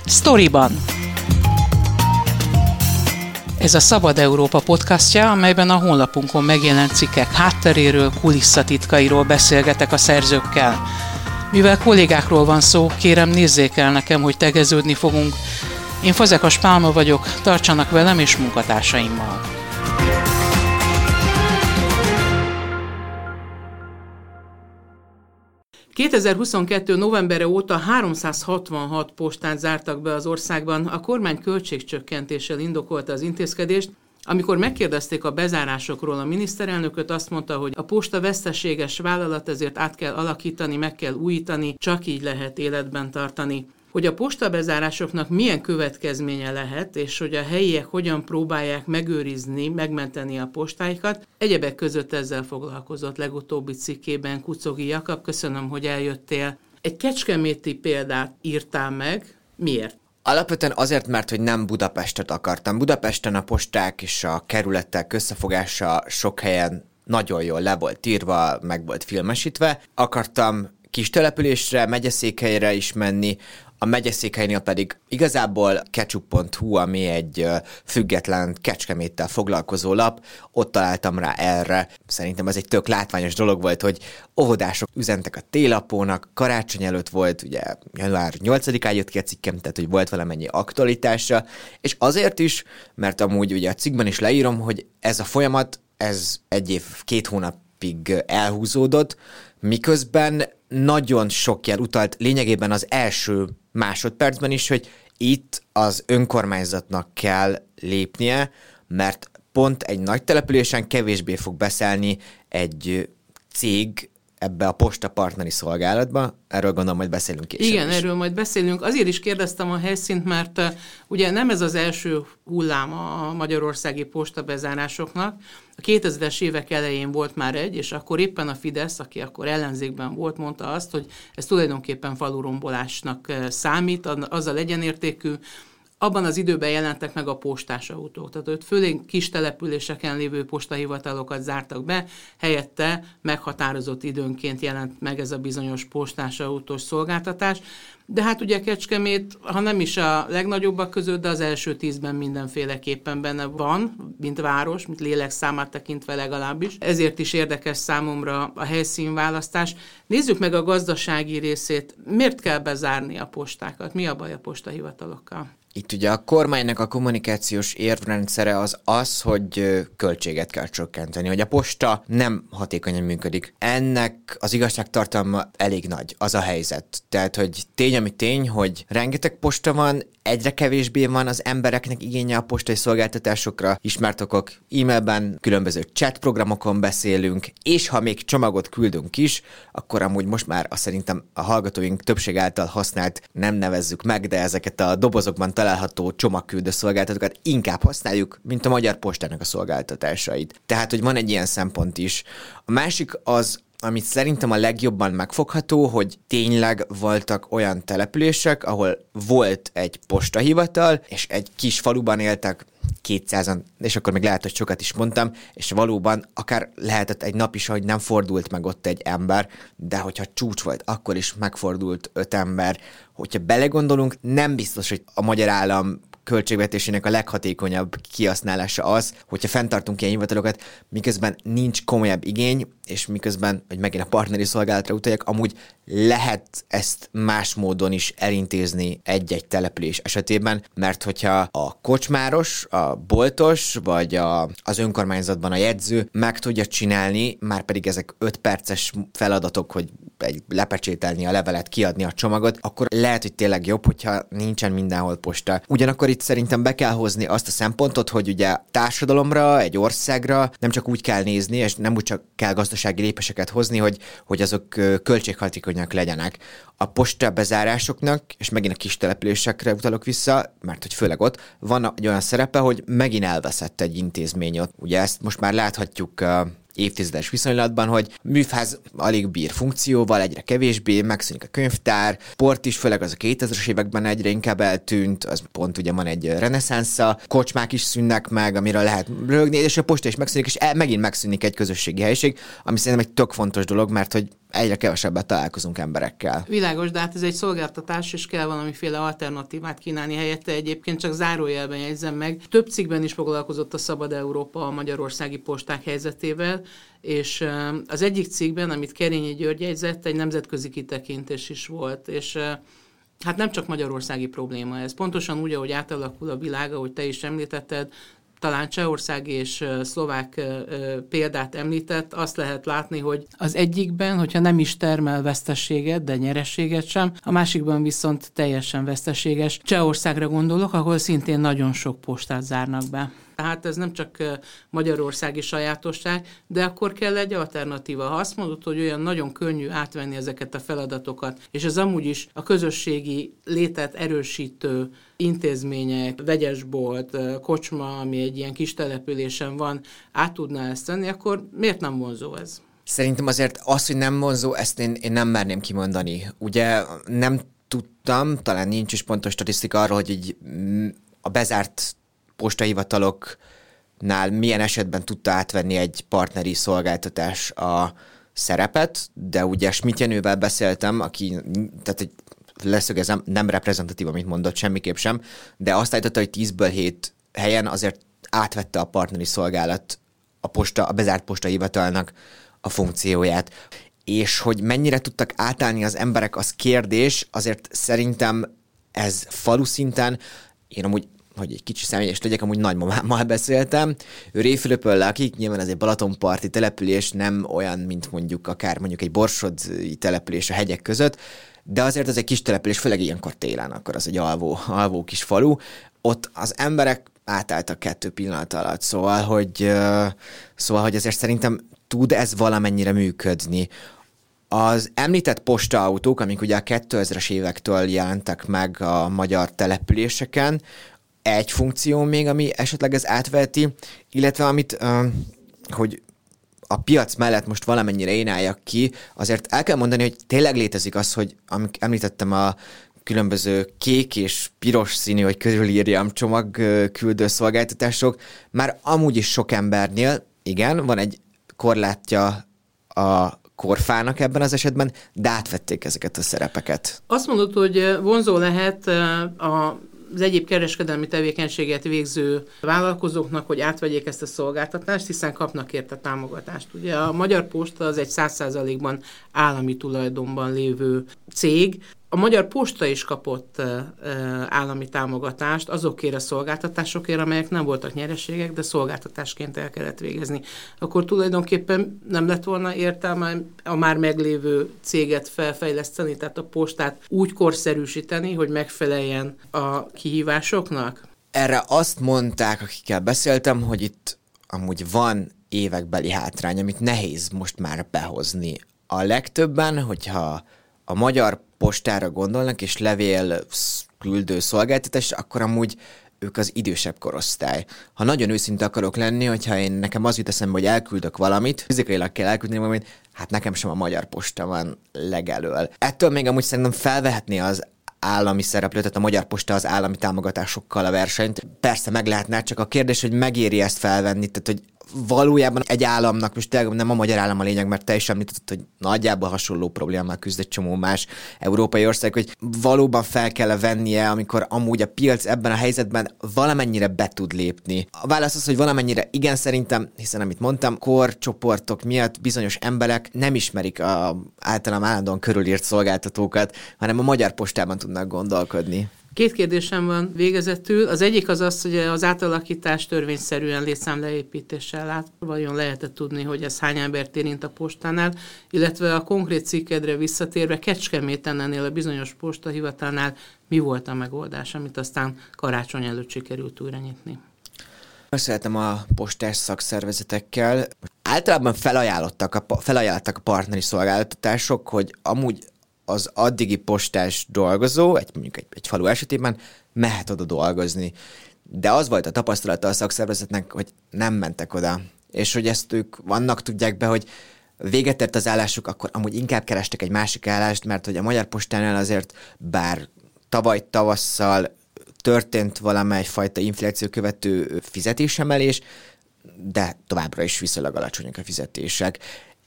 Sztoriban. Ez a Szabad Európa podcastja, amelyben a honlapunkon megjelent cikkek hátteréről, kulisszatitkairól beszélgetek a szerzőkkel. Mivel kollégákról van szó, kérem nézzék el nekem, hogy tegeződni fogunk. Én Fazekas Pálma vagyok, tartsanak velem és munkatársaimmal. ...2022. novembere óta 366 postát zártak be az országban. A kormány költségcsökkentéssel indokolta az intézkedést. Amikor megkérdezték a bezárásokról a miniszterelnököt, azt mondta, hogy a posta veszteséges vállalat, ezért át kell alakítani, meg kell újítani, csak így lehet életben tartani. Hogy a postabezárásoknak milyen következménye lehet, és hogy a helyiek hogyan próbálják megőrizni, megmenteni a postáikat, egyebek között ezzel foglalkozott legutóbbi cikkében Kucogi Jakab. Köszönöm, hogy eljöttél. Egy kecskeméti példát írtál meg. Miért? Alapvetően azért, mert hogy nem Budapestet akartam. Budapesten a posták és a kerületek összefogása sok helyen nagyon jól le volt írva, meg volt filmesítve. Akartam kis településre, megyeszékhelyre is menni, a megyeszékhelynél pedig igazából ketchup.hu, ami egy független Kecskeméttel foglalkozó lap, ott találtam rá erre. Szerintem ez egy tök látványos dolog volt, hogy óvodások üzentek a télapónak, karácsony előtt volt, ugye január 8-án jött ki a cikkem, tehát hogy volt valamennyi aktualitása, és azért is, mert amúgy ugye a cikkben is leírom, hogy ez a folyamat, ez 1 év, 2 hónapig elhúzódott, miközben nagyon sok jel utalt lényegében az első másodpercben is, hogy itt az önkormányzatnak kell lépnie, mert pont egy nagy településen kevésbé fog beszállni egy cég ebbe a posta partneri szolgálatba. Erről gondolom, hogy beszélünk később. Igen, is. Erről majd beszélünk. Azért is kérdeztem a helyszínt, mert ugye nem ez az első hullám a magyarországi postabezárásoknak. A 2000-es évek elején volt már egy, és akkor éppen a Fidesz, aki akkor ellenzékben volt, mondta azt, hogy ez tulajdonképpen falurombolásnak számít, azzal egyenértékű. Abban az időben jelentek meg a postás autók. Tehát ott főleg kis településeken lévő postahivatalokat zártak be, helyette meghatározott időnként jelent meg ez a bizonyos postás autós szolgáltatás. De hát ugye Kecskemét, ha nem is a legnagyobbak között, de az első 10-ben mindenféleképpen benne van, mint város, mint lélekszámát tekintve legalábbis. Ezért is érdekes számomra a helyszínválasztás. Nézzük meg a gazdasági részét. Miért kell bezárni a postákat? Mi a baj a postahivatalokkal? Itt ugye a kormánynak a kommunikációs érvrendszere az, hogy költséget kell csökkenteni, hogy a posta nem hatékonyan működik. Ennek az igazságtartalma elég nagy, az a helyzet. Tehát, hogy tény, ami tény, hogy rengeteg posta van, egyre kevésbé van az embereknek igénye a postai szolgáltatásokra, ismert okok, e-mailben, különböző chat programokon beszélünk, és ha még csomagot küldünk is, akkor amúgy most már szerintem a hallgatóink többség által használt, nem nevezzük meg, de ezeket a dobozokban található csomagküldő szolgáltatókat inkább használjuk, mint a Magyar Postának a szolgáltatásait. Tehát, hogy van egy ilyen szempont is. A másik az, amit szerintem a legjobban megfogható, hogy tényleg voltak olyan települések, ahol volt egy postahivatal, és egy kis faluban éltek 200-an, és akkor még lehet, hogy sokat is mondtam, és valóban akár lehetett egy nap is, hogy nem fordult meg ott egy ember, de hogyha csúcs volt, akkor is megfordult 5 ember. Hogyha belegondolunk, nem biztos, hogy a magyar állam költségvetésének a leghatékonyabb kihasználása az, hogyha fenntartunk ilyen hivatalokat, miközben nincs komolyabb igény, és miközben, hogy megint a partneri szolgálatra utaljak, amúgy lehet ezt más módon is elintézni egy-egy település esetében, mert hogyha a kocsmáros, a boltos, vagy az önkormányzatban a jegyző meg tudja csinálni, már pedig ezek 5 perces feladatok, hogy lepecsételni a levelet, kiadni a csomagot, akkor lehet, hogy tényleg jobb, hogyha nincsen mindenhol posta. Ugyanakkor itt szerintem be kell hozni azt a szempontot, hogy ugye társadalomra, egy országra nem csak úgy kell nézni, és nem úgy csak kell gazdasági lépéseket hozni, hogy azok költséghatékonyak legyenek. A postabezárásoknak, és megint a kis településekre utalok vissza, mert hogy főleg ott van egy olyan szerepe, hogy megint elveszett egy intézmény ott. Ugye ezt most már láthatjuk évtizedes viszonylatban, hogy műfáz alig bír funkcióval, egyre kevésbé, megszűnik a könyvtár, sport is, főleg az a 2000-es években egyre inkább eltűnt, az pont ugye van egy reneszánsza, kocsmák is szűnnek meg, amiről lehet rögni, és a posta is megszűnik, és megint megszűnik egy közösségi helység, ami szerintem egy tök fontos dolog, mert hogy egyre kevesebbet találkozunk emberekkel. Világos, de hát ez egy szolgáltatás, és kell valamiféle alternatívát kínálni helyette. Egyébként csak zárójelben jegyzem meg. Több cikkben is foglalkozott a Szabad Európa a magyarországi posták helyzetével, és az egyik cikkben, amit Kerényi György jegyzett, egy nemzetközi kitekintés is volt, és hát nem csak magyarországi probléma ez. Pontosan úgy, ahogy átalakul a világ, ahogy te is említetted, talán csehország és szlovák példát említett, azt lehet látni, hogy az egyikben, hogyha nem is termel veszteséget, de nyereséget sem, a másikban viszont teljesen veszteséges. Csehországra gondolok, ahol szintén nagyon sok postát zárnak be. Tehát ez nem csak magyarországi sajátosság, de akkor kell egy alternatíva. Ha azt mondod, hogy olyan nagyon könnyű átvenni ezeket a feladatokat, és ez amúgy is a közösségi létet erősítő intézmények, vegyesbolt, kocsma, ami egy ilyen kis településen van, át tudná ezt tenni, akkor miért nem vonzó ez? Szerintem azért az, hogy nem vonzó, ezt én nem merném kimondani. Ugye nem tudtam, talán nincs is pontos statisztika arról, hogy így a bezárt postahivataloknál milyen esetben tudta átvenni egy partneri szolgáltatás a szerepet, de ugye Schmidt Jenővel beszéltem, aki, tehát leszögezem, nem reprezentatív, amit mondott, semmiképp sem, de azt állította, hogy 10-ből 7 helyen azért átvette a partneri szolgálat a bezárt postahivatalnak a funkcióját. És hogy mennyire tudtak átállni az emberek, az kérdés, azért szerintem ez falu szinten, én amúgy, hogy egy kicsi személyes legyek, amúgy nagymamámmal beszéltem. Ő Réfülöpön lakik, nyilván ez egy balatonparti település, nem olyan, mint mondjuk egy borsodi település a hegyek között, de azért ez egy kis település, főleg ilyenkor télen, akkor az egy alvó kis falu. Ott az emberek átálltak 2 pillanat alatt, szóval, hogy ezért szerintem tud ez valamennyire működni. Az említett postaautók, amik ugye a 2000-es évektől jelentek meg a magyar településeken, egy funkció még, ami esetleg ez átveheti, illetve amit, hogy a piac mellett most valamennyire én álljak ki, azért el kell mondani, hogy tényleg létezik az, hogy amik említettem a különböző kék és piros színű, hogy körülírjam csomagküldő szolgáltatások, már amúgy is sok embernél, igen, van egy korlátja a korfának ebben az esetben, de átvették ezeket a szerepeket. Azt mondod, hogy vonzó lehet az egyéb kereskedelmi tevékenységet végző vállalkozóknak, hogy átvegyék ezt a szolgáltatást, hiszen kapnak érte támogatást. Ugye a Magyar Posta az egy 100%-ban állami tulajdonban lévő cég. A Magyar Posta is kapott állami támogatást azokért a szolgáltatásokért, amelyek nem voltak nyereségek, de szolgáltatásként el kellett végezni. Akkor tulajdonképpen nem lett volna értelme a már meglévő céget felfejleszteni, tehát a postát úgy korszerűsíteni, hogy megfeleljen a kihívásoknak? Erre azt mondták, akikkel beszéltem, hogy itt amúgy van évekbeli hátrány, amit nehéz most már behozni. A legtöbben, hogyha a Magyar Postára gondolnak, és levél küldő szolgáltatás, akkor amúgy ők az idősebb korosztály. Ha nagyon őszinte akarok lenni, hogyha nekem az jut eszembe, hogy elküldök valamit, fizikailag kell elküldeni valamit, hát nekem sem a Magyar Posta van legelől. Ettől még amúgy szerintem felvehetné az állami szereplő, tehát a Magyar Posta az állami támogatásokkal a versenyt. Persze meg lehetne, csak a kérdés, hogy megéri ezt felvenni, tehát hogy valójában egy államnak, most tényleg nem a magyar állam a lényeg, mert te is említetted, hogy nagyjából hasonló problémával küzd egy csomó más európai ország, hogy valóban fel kell vennie, amikor amúgy a piac ebben a helyzetben valamennyire be tud lépni. A válasz az, hogy valamennyire igen, szerintem, hiszen amit mondtam, korcsoportok miatt bizonyos emberek nem ismerik általában állandóan körülírt szolgáltatókat, hanem a Magyar Postában tudnak gondolkodni. 2 kérdésem van végezetül. Az egyik az, hogy az átalakítás törvényszerűen létszámleépítéssel lát. Vajon lehetett tudni, hogy ez hány embert érint a postánál, illetve a konkrét cikkedre visszatérve Kecskeméten ennél a bizonyos postahivatalnál mi volt a megoldás, amit aztán karácsony előtt sikerült újra nyitni? Beszéltem a postás szakszervezetekkel. Általában felajánlottak a partneri szolgáltatások, hogy amúgy az addigi postás dolgozó, mondjuk egy falu esetében mehet oda dolgozni. De az volt a tapasztalata a szakszervezetnek, hogy nem mentek oda. És hogy ezt ők vannak tudják be, hogy véget ért az állásuk, akkor amúgy inkább kerestek egy másik állást, mert hogy a Magyar Postánál azért, bár tavaly tavasszal történt valamely fajta infláció követő fizetésemelés, de továbbra is viszonylag alacsonyak a fizetések.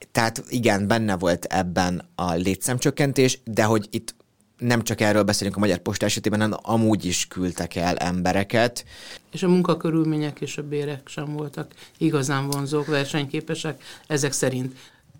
Tehát igen, benne volt ebben a létszámcsökkentés, de hogy itt nem csak erről beszélünk a Magyar Posta esetében, hanem amúgy is küldtek el embereket. És a munkakörülmények és a bérek sem voltak igazán vonzók, versenyképesek ezek szerint.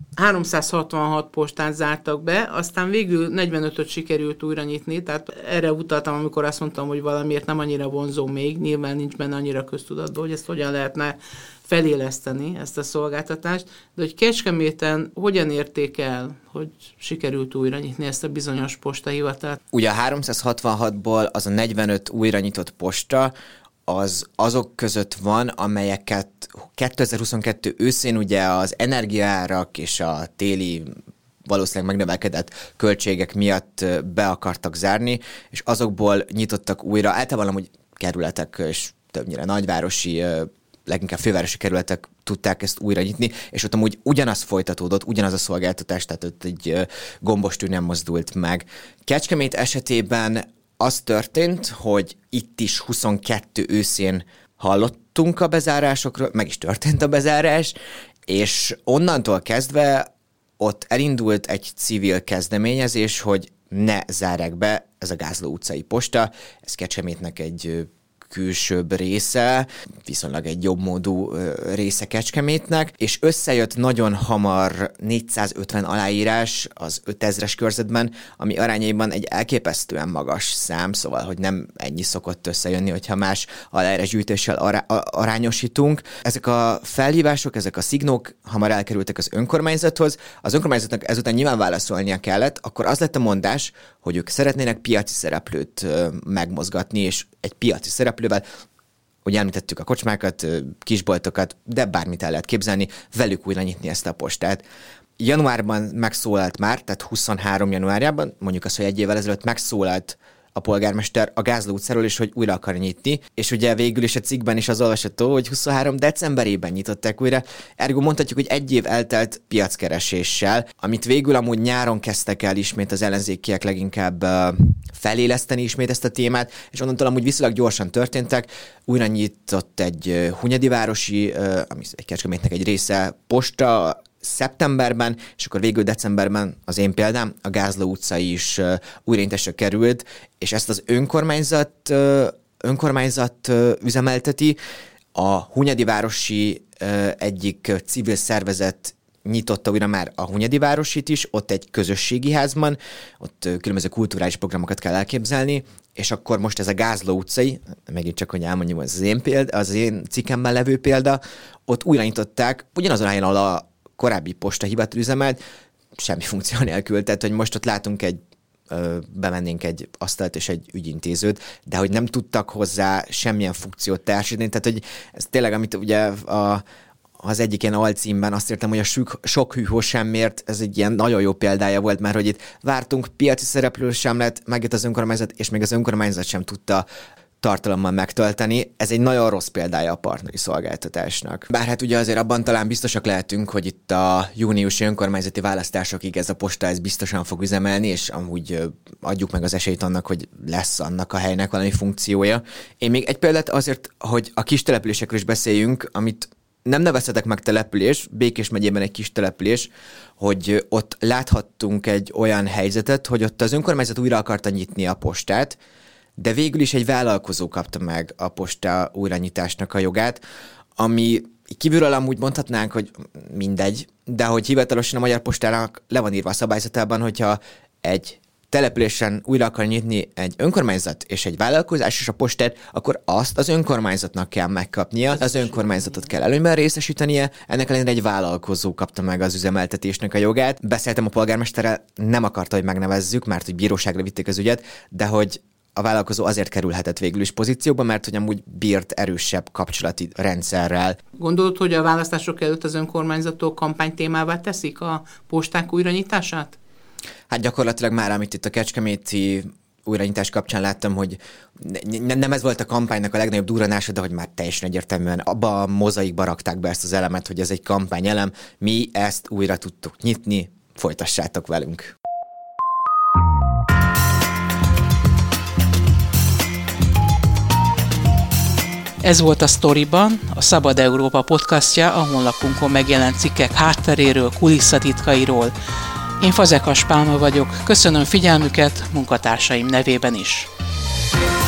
366 postát zártak be, aztán végül 45-öt sikerült újra nyitni, tehát erre utaltam, amikor azt mondtam, hogy valamiért nem annyira vonzó még, nyilván nincs benne annyira köztudatban, hogy ezt hogyan lehetne feléleszteni, ezt a szolgáltatást, de hogy Kecskeméten hogyan érték el, hogy sikerült újra nyitni ezt a bizonyos postahivatalt? Ugye a 366-ból az a 45 újra nyitott posta, az azok között van, amelyeket 2022 őszén ugye az energiaárak és a téli valószínűleg megnövelkedett költségek miatt be akartak zárni, és azokból nyitottak újra, általában amúgy kerületek és többnyire nagyvárosi, leginkább fővárosi kerületek tudták ezt újra nyitni, és ott amúgy ugyanaz folytatódott, ugyanaz a szolgáltatás, tehát ott egy gombostű nem mozdult meg. Kecskemét esetében az történt, hogy itt is 22 őszén hallottunk a bezárásokról, meg is történt a bezárás, és onnantól kezdve ott elindult egy civil kezdeményezés, hogy ne zárják be, ez a Gázló utcai posta, ez Kecskemétnek egy külsőbb része, viszonylag egy jobbmódú része Kecskemétnek, és összejött nagyon hamar 450 aláírás az 5000-es körzetben, ami arányaiban egy elképesztően magas szám, szóval, hogy nem ennyi szokott összejönni, hogyha más aláírásgyűjtéssel arányosítunk. Ezek a felhívások, ezek a szignók hamar elkerültek az önkormányzathoz, az önkormányzatnak ezután nyilván válaszolnia kellett, akkor az lett a mondás, hogy ők szeretnének piaci szereplőt megmozgatni, és egy piaci szereplővel, ugye említettük a kocsmákat, kisboltokat, de bármit el lehet képzelni, velük újra nyitni ezt a postát. Januárban megszólalt már, tehát 23 januárjában, mondjuk azt, hogy egy évvel ezelőtt megszólalt a polgármester a Gázló utcáról is, hogy újra akar nyitni, és ugye végül is a cikkben is az olvasható, hogy 23 decemberében nyitották újra, ergo mondhatjuk, hogy egy év eltelt piackereséssel, amit végül amúgy nyáron kezdtek el ismét az ellenzékiek leginkább feléleszteni ismét ezt a témát, és onnantól amúgy viszonylag gyorsan történtek, újra nyitott egy hunyadivárosi, ami egy Kecskemétnek egy része, posta, szeptemberben, és akkor végül decemberben az én példám, a Gázló utca is újraindításra került, és ezt az önkormányzat üzemelteti. A hunyadivárosi egyik civil szervezet nyitotta újra már a hunyadivárosit is, ott egy közösségi házban, ott különböző kulturális programokat kell elképzelni, és akkor most ez a Gázló utcai, megint csak, hogy elmondjam, az én cikkemben levő példa, ott újranyitották, ugyanazon a helyen, ahol a korábbi postahivatal üzemelt, semmi funkció nélkül, tehát hogy most ott látunk bemennénk egy asztalt és egy ügyintézőt, de hogy nem tudtak hozzá semmilyen funkciót társítani, tehát hogy ez tényleg, amit ugye az egyik ilyen alcímben azt értem, hogy a sok hűhó semmért, ez egy ilyen nagyon jó példája volt, mert hogy itt vártunk, piaci szereplő sem lett, megjött az önkormányzat, és még az önkormányzat sem tudta tartalommal megtölteni. Ez egy nagyon rossz példája a partneri szolgáltatásnak. Bár hát ugye azért abban talán biztosak lehetünk, hogy itt a júniusi önkormányzati választásokig ez a posta ez biztosan fog üzemelni, és amúgy adjuk meg az esélyt annak, hogy lesz annak a helynek valami funkciója. Én még egy példát azért, hogy a kis településekről is beszéljünk, amit nem nevezhetek meg település, Békés megyében egy kis település, hogy ott láthattunk egy olyan helyzetet, hogy ott az önkormányzat újra akarta nyitni a postát, de végül is egy vállalkozó kapta meg a posta újranyitásnak a jogát, ami kívülről amúgy mondhatnánk, hogy mindegy, de hogy hivatalosan a Magyar Postának le van írva a szabályzatában, hogyha egy településen újra akar nyitni egy önkormányzat és egy vállalkozás és a postát, akkor azt az önkormányzatnak kell megkapnia, az önkormányzatot kell előnyben részesítenie, ennek ellenére egy vállalkozó kapta meg az üzemeltetésnek a jogát. Beszéltem a polgármesterrel, nem akarta, hogy megnevezzük, mert hogy bíróságra vitték az ügyet, de hogy a vállalkozó azért kerülhetett végül is pozícióba, mert hogy amúgy bírt erősebb kapcsolati rendszerrel. Gondolod, hogy a választások előtt az önkormányzatok kampánytémává teszik a posták újranyitását? Hát gyakorlatilag már, amit itt a kecskeméti újranyitás kapcsán láttam, hogy nem ez volt a kampánynak a legnagyobb durranása, de hogy már teljesen egyértelműen abba a mozaikba rakták be ezt az elemet, hogy ez egy kampányelem, mi ezt újra tudtuk nyitni, folytassátok velünk. Ez volt a Sztoriban, a Szabad Európa podcastja, a honlapunkon megjelent cikkek hátteréről, kulisszatitkairól. Én Fazekas Pálma vagyok, köszönöm figyelmüket munkatársaim nevében is.